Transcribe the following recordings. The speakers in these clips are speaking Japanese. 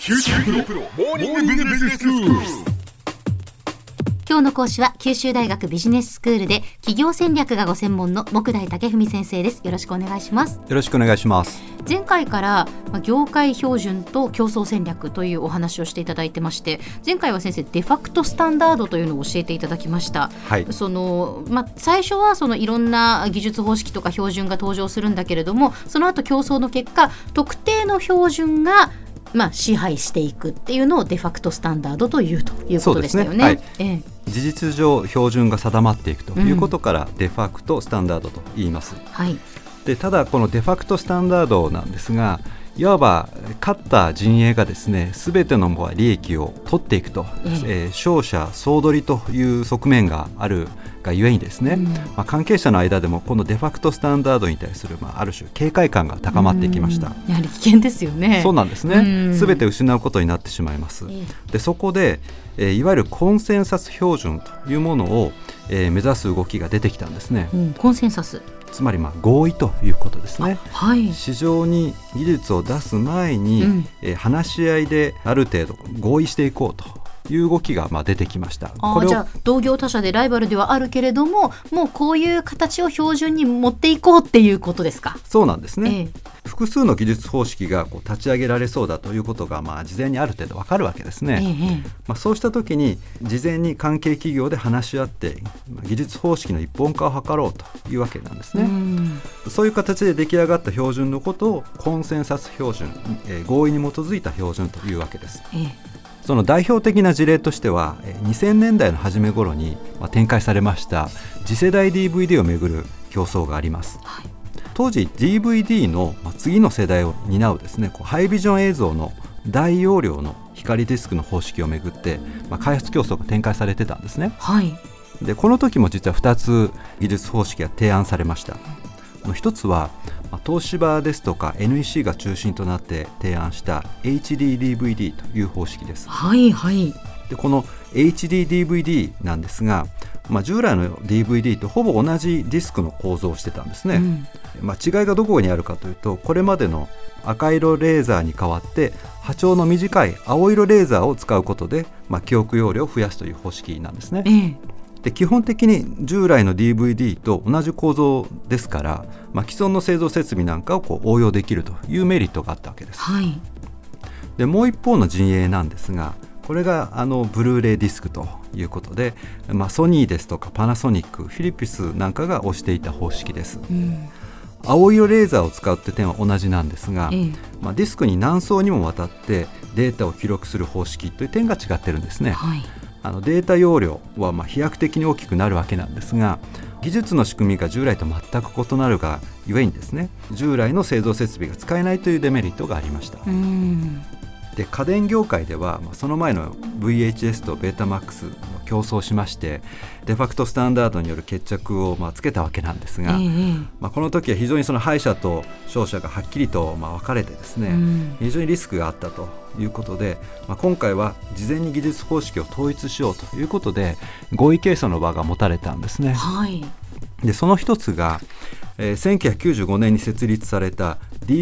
九州大学モーニングビジネススクール。 今日の講師は九州大学ビジネススクールで企業戦略がご専門の杢代武文先生です。よろしくお願いします。 よろしくお願いします。 前回から業界標準と競争戦略というお話をしていただいてまして、前回は先生デファクトスタンダードというのを教えていただきました。 はい、 最初はいろんな技術方式とか標準が登場するんだけれども、その後競争の結果特定の標準が支配していくっていうのをデファクトスタンダードということでしたよね。 事実上標準が定まっていくということから、デファクトスタンダードと言います。でただこのデファクトスタンダードなんですが、いわば勝った陣営がですね、全ての利益を取っていくと、勝者総取りという側面があるがゆえにですね、関係者の間でもこのデファクトスタンダードに対する、ある種警戒感が高まっていきました。 やはり危険ですよね。 そうなんですね。全て失うことになってしまいます。でそこで、いわゆるコンセンサス標準というものを、目指す動きが出てきたんですね。 コンセンサス、 つまり合意ということですね。市場に技術を出す前に、話し合いである程度合意していこうという動きが出てきました。 じゃあ同業他社でライバルではあるけれども、もうこういう形を標準に持っていこうっていうことですか。 そうなんですね。複数の技術方式が立ち上げられそうだということが事前にある程度分かるわけですね。そうした時に事前に関係企業で話し合って技術方式の一本化を図ろうというわけなんですね。そういう形で出来上がった標準のことをコンセンサス標準、合意に基づいた標準というわけです。その代表的な事例としては2000年代の初め頃に展開されました次世代 DVD をめぐる競争があります。当時 DVD の次の世代を担うですね、ハイビジョン映像の大容量の光ディスクの方式をめぐって、開発競争が展開されてたんですね。でこの時も実は2つ技術方式が提案されました。一つは東芝ですとか NEC が中心となって提案した HDDVD という方式です。でこの HDDVD なんですが、従来の DVD とほぼ同じディスクの構造をしてたんですね。違いがどこにあるかというと、これまでの赤色レーザーに代わって波長の短い青色レーザーを使うことで、記憶容量を増やすという方式なんですね。で基本的に従来の DVD と同じ構造ですから、既存の製造設備なんかを応用できるというメリットがあったわけです。でもう一方の陣営なんですが、これがブルーレイディスクということで、ソニーですとかパナソニック、フィリピスなんかが推していた方式です。青色レーザーを使うって点は同じなんですが、ディスクに何層にもわたってデータを記録する方式という点が違ってるんですね。データ容量は飛躍的に大きくなるわけなんですが、技術の仕組みが従来と全く異なるがゆえにですね、従来の製造設備が使えないというデメリットがありました。で家電業界では、その前の VHS とベータマックスの競争しまして、デファクトスタンダードによる決着をつけたわけなんですが、この時は非常にその敗者と勝者がはっきりと分かれてですね、非常にリスクがあったということで、今回は事前に技術方式を統一しようということで合意形成の場が持たれたんですね。でその一つが、1995年に設立された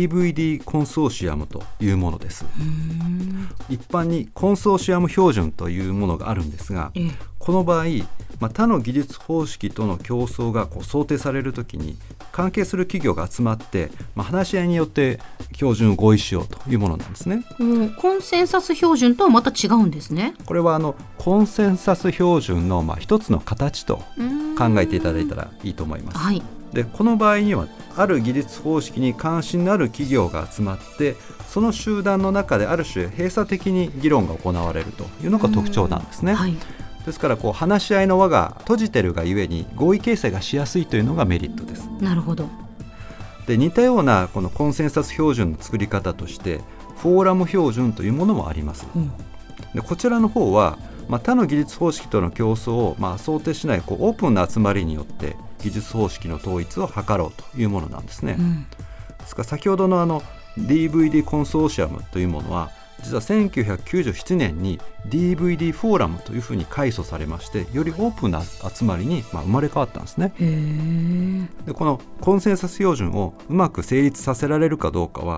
DVD コンソーシアムというものです。一般にコンソーシアム標準というものがあるんですが、この場合、他の技術方式との競争が想定されるときに関係する企業が集まって、話し合いによって標準を合意しようというものなんですね。 コンセンサス標準とはまた違うんですね。 これはコンセンサス標準の一つの形と考えていただいたらいいと思います。でこの場合にはある技術方式に関心のある企業が集まって、その集団の中である種閉鎖的に議論が行われるというのが特徴なんですね。ですから話し合いの輪が閉じてるがゆえに合意形成がしやすいというのがメリットです。 なるほど。 で似たようなこのコンセンサス標準の作り方としてフォーラム標準というものもあります。でこちらの方は、他の技術方式との競争を想定しないオープンな集まりによって技術方式の統一を図ろうというものなんですね。ですから先ほどのDVD コンソーシアムというものは実は1997年に DVD フォーラムというふうに改組されまして、よりオープンな集まりに生まれ変わったんですね。でこのコンセンサス標準をうまく成立させられるかどうかは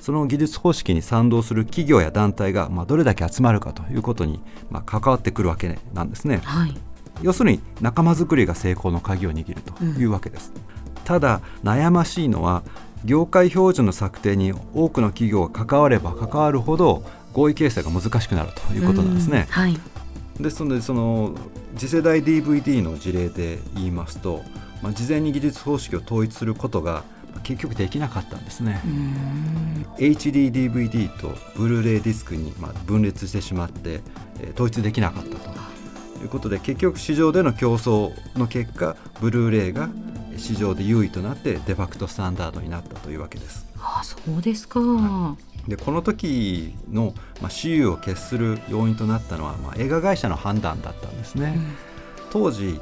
その技術方式に賛同する企業や団体がどれだけ集まるかということに関わってくるわけなんですね。 はい、 要するに仲間づくりが成功の鍵を握るというわけです。ただ悩ましいのは、業界標準の策定に多くの企業が関われば関わるほど合意形成が難しくなるということなんですね。 はい、 ですので、その次世代 DVD の事例で言いますと、事前に技術方式を統一することが結局できなかったんですね。HD-DVD とブルーレイディスクに分裂してしまって統一できなかったということで、結局市場での競争の結果、ブルーレイが市場で優位となってデファクトスタンダードになったというわけです。 そうですか。 でこの時の私有を決する要因となったのは映画会社の判断だったんですね。当時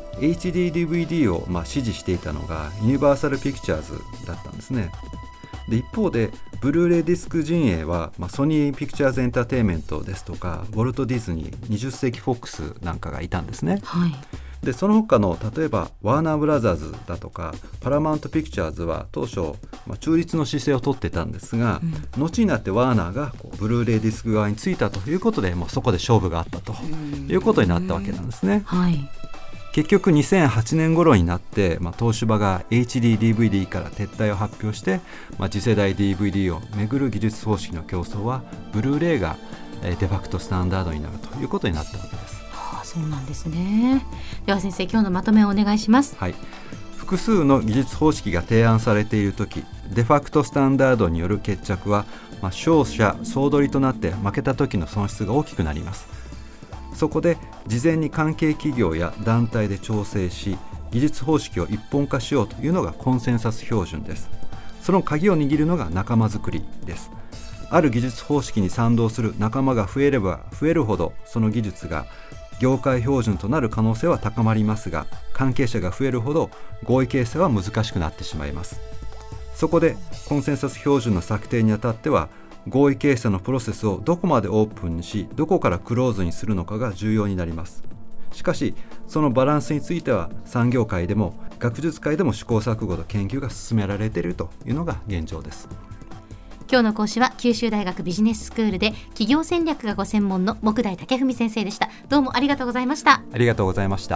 HD-DVD を支持していたのがユニバーサルピクチャーズだったんですね。で一方でブルーレイディスク陣営は、ソニーピクチャーズエンターテインメントですとかウォルト・ディズニー、20世紀フォックスなんかがいたんですね。 はい、 でその他の例えばワーナーブラザーズだとかパラマウントピクチャーズは当初、中立の姿勢を取ってたんですが、後になってワーナーがブルーレイディスク側についたということで、そこで勝負があったということになったわけなんですね。 はい、 結局2008年頃になって、東芝が HD-DVD から撤退を発表して、次世代 DVD をめぐる技術方式の競争はブルーレイがデファクトスタンダードになるということになったわけです。 そうなんですね。では先生、今日のまとめをお願いします。 はい、複数の技術方式が提案されているとき、デファクトスタンダードによる決着は、勝者総取りとなって負けた時の損失が大きくなります。そこで事前に関係企業や団体で調整し、技術方式を一本化しようというのがコンセンサス標準です。その鍵を握るのが仲間づくりです。ある技術方式に賛同する仲間が増えれば増えるほど、その技術が業界標準となる可能性は高まりますが、関係者が増えるほど合意形成は難しくなってしまいます。そこでコンセンサス標準の策定にあたっては、合意形成のプロセスをどこまでオープンにし、どこからクローズにするのかが重要になります。しかしそのバランスについては産業界でも学術界でも試行錯誤と研究が進められているというのが現状です。 今日の講師は九州大学ビジネススクールで企業戦略がご専門の杢代武文先生でした。どうもありがとうございました。 ありがとうございました。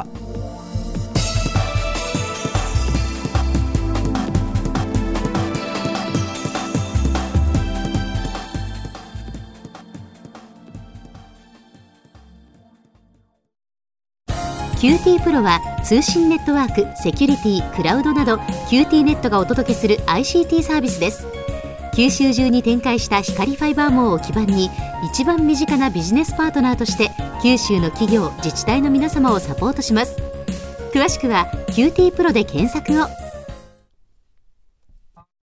QT プロは通信ネットワーク、セキュリティ、クラウドなど QT ネットがお届けする ICT サービスです。九州中に展開した光ファイバー網を基盤に、一番身近なビジネスパートナーとして九州の企業・自治体の皆様をサポートします。詳しくは QT プロで検索を。